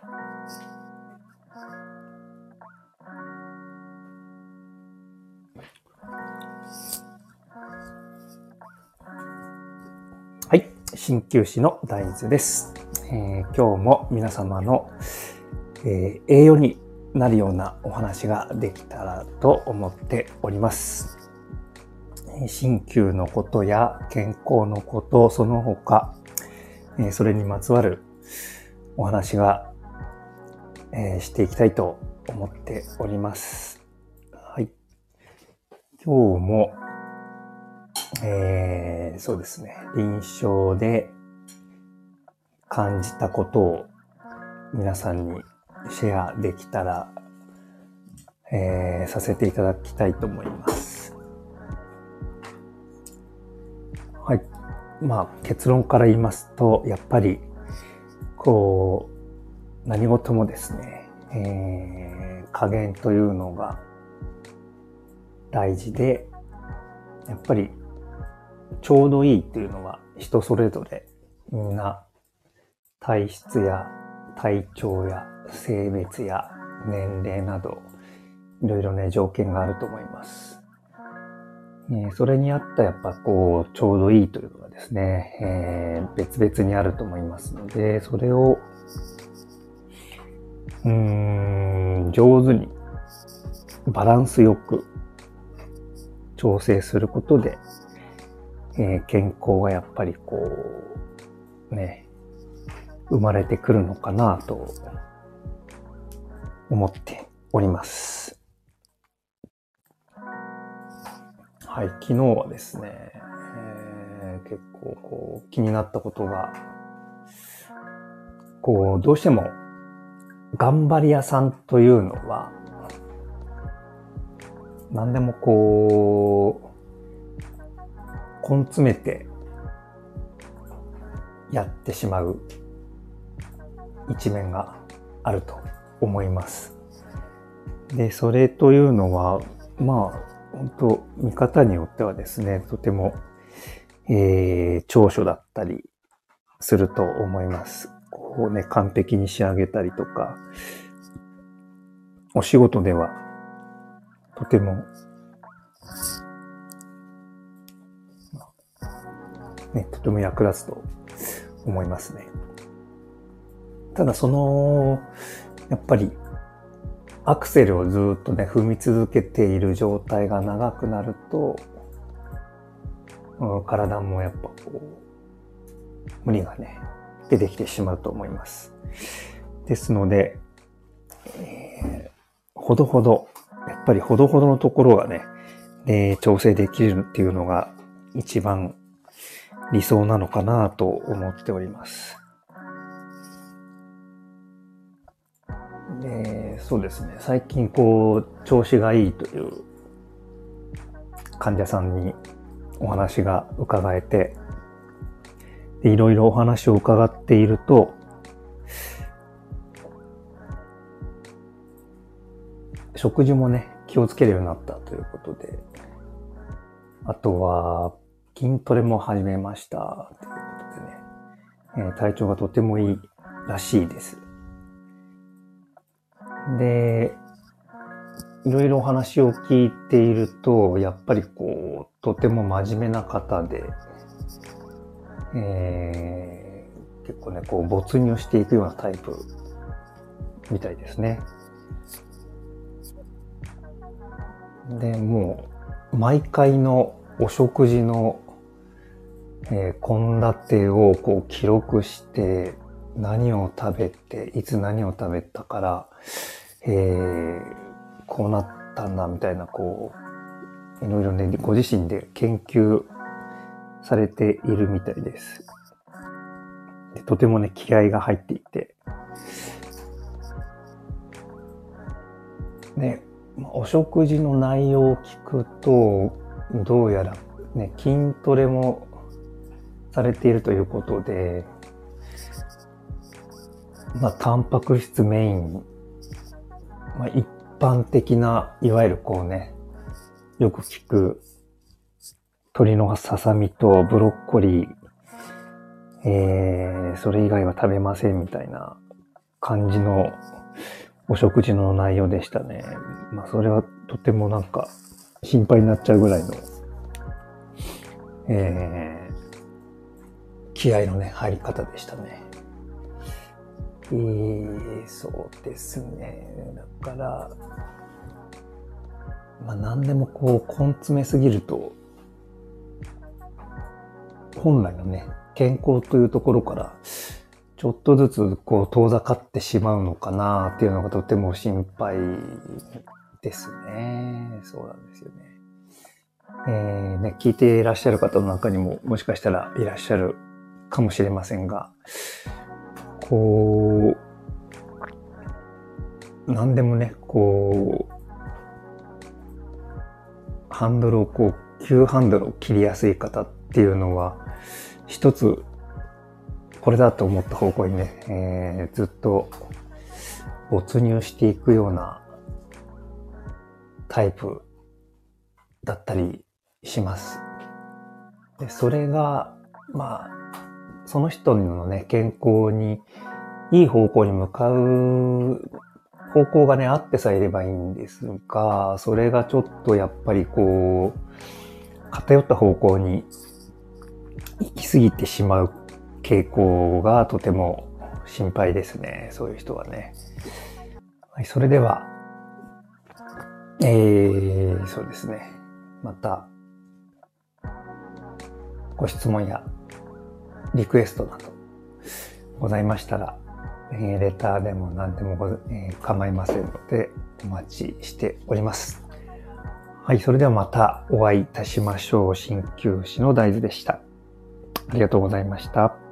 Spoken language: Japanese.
はい、鍼灸師の大豆です。今日も皆様の、栄養になるようなお話ができたらと思っております。鍼灸のことや健康のこと、その他、それにまつわるお話が、していきたいと思っております。はい、今日もそうですね、臨床で感じたことを皆さんにシェアできたら、させていただきたいと思います。はい。結論から言いますと、やっぱり何事もですね、加減というのが大事で、やっぱりちょうどいいっていうのは人それぞれみんな体質や体調や性別や年齢などいろいろね条件があると思います。それに合ったやっぱちょうどいいというのがですね、別々にあると思いますので、それを上手にバランスよく調整することで、健康がやっぱり生まれてくるのかなと思っております。はい、昨日はですね、結構気になったことが、どうしても頑張り屋さんというのは何でも根詰めてやってしまう一面があると思います。で、それというのは本当見方によってはですね、とても、長所だったりすると思います。完璧に仕上げたりとか、お仕事ではとてもとても役立つと思いますね。ただやっぱりアクセルをずっとね踏み続けている状態が長くなると、体もやっぱ無理がね出てきてしまうと思います。ですので、ほどほどのところがね、調整できるっていうのが一番理想なのかなと思っております。で、そうですね、最近調子がいいという患者さんにお話が伺えて、いろいろお話を伺っていると、食事もね気をつけるようになったということで、あとは筋トレも始めましたということでね、体調がとてもいいらしいです。で、いろいろお話を聞いていると、やっぱりとても真面目な方で、結構ね没入していくようなタイプみたいですね。で、もう毎回のお食事の献立を記録して、何を食べていつ何を食べたから、こうなったんだみたいな、いろいろねご自身で研究されているみたいです。で、とてもね気合が入っていて、ね、お食事の内容を聞くと、どうやらね筋トレもされているということで、タンパク質メイン、一般的ないわゆるよく聞く鶏のささみとブロッコリー、それ以外は食べませんみたいな感じのお食事の内容でしたね。それはとてもなんか心配になっちゃうぐらいの、気合のね、入り方でしたね。そうですね。だから、何でも根詰めすぎると、本来のね、健康というところから、ちょっとずつ遠ざかってしまうのかなっていうのがとても心配ですね。そうなんですよね。聞いていらっしゃる方の中にももしかしたらいらっしゃるかもしれませんが、何でもね、ハンドルを急ハンドルを切りやすい方っていうのは、一つこれだと思った方向にね、ずっと没入していくようなタイプだったりします。で、それが、その人のね、健康にいい方向に向かう方向がね、あってさえいればいいんですが、それがちょっとやっぱり偏った方向に行き過ぎてしまう傾向がとても心配ですね。そういう人はね。はい、それでは、そうですね。また、ご質問やリクエストなどございましたら、レターでも何でも構いませんのでお待ちしております。はい、それではまたお会いいたしましょう。鍼灸師の大豆でした。ありがとうございました。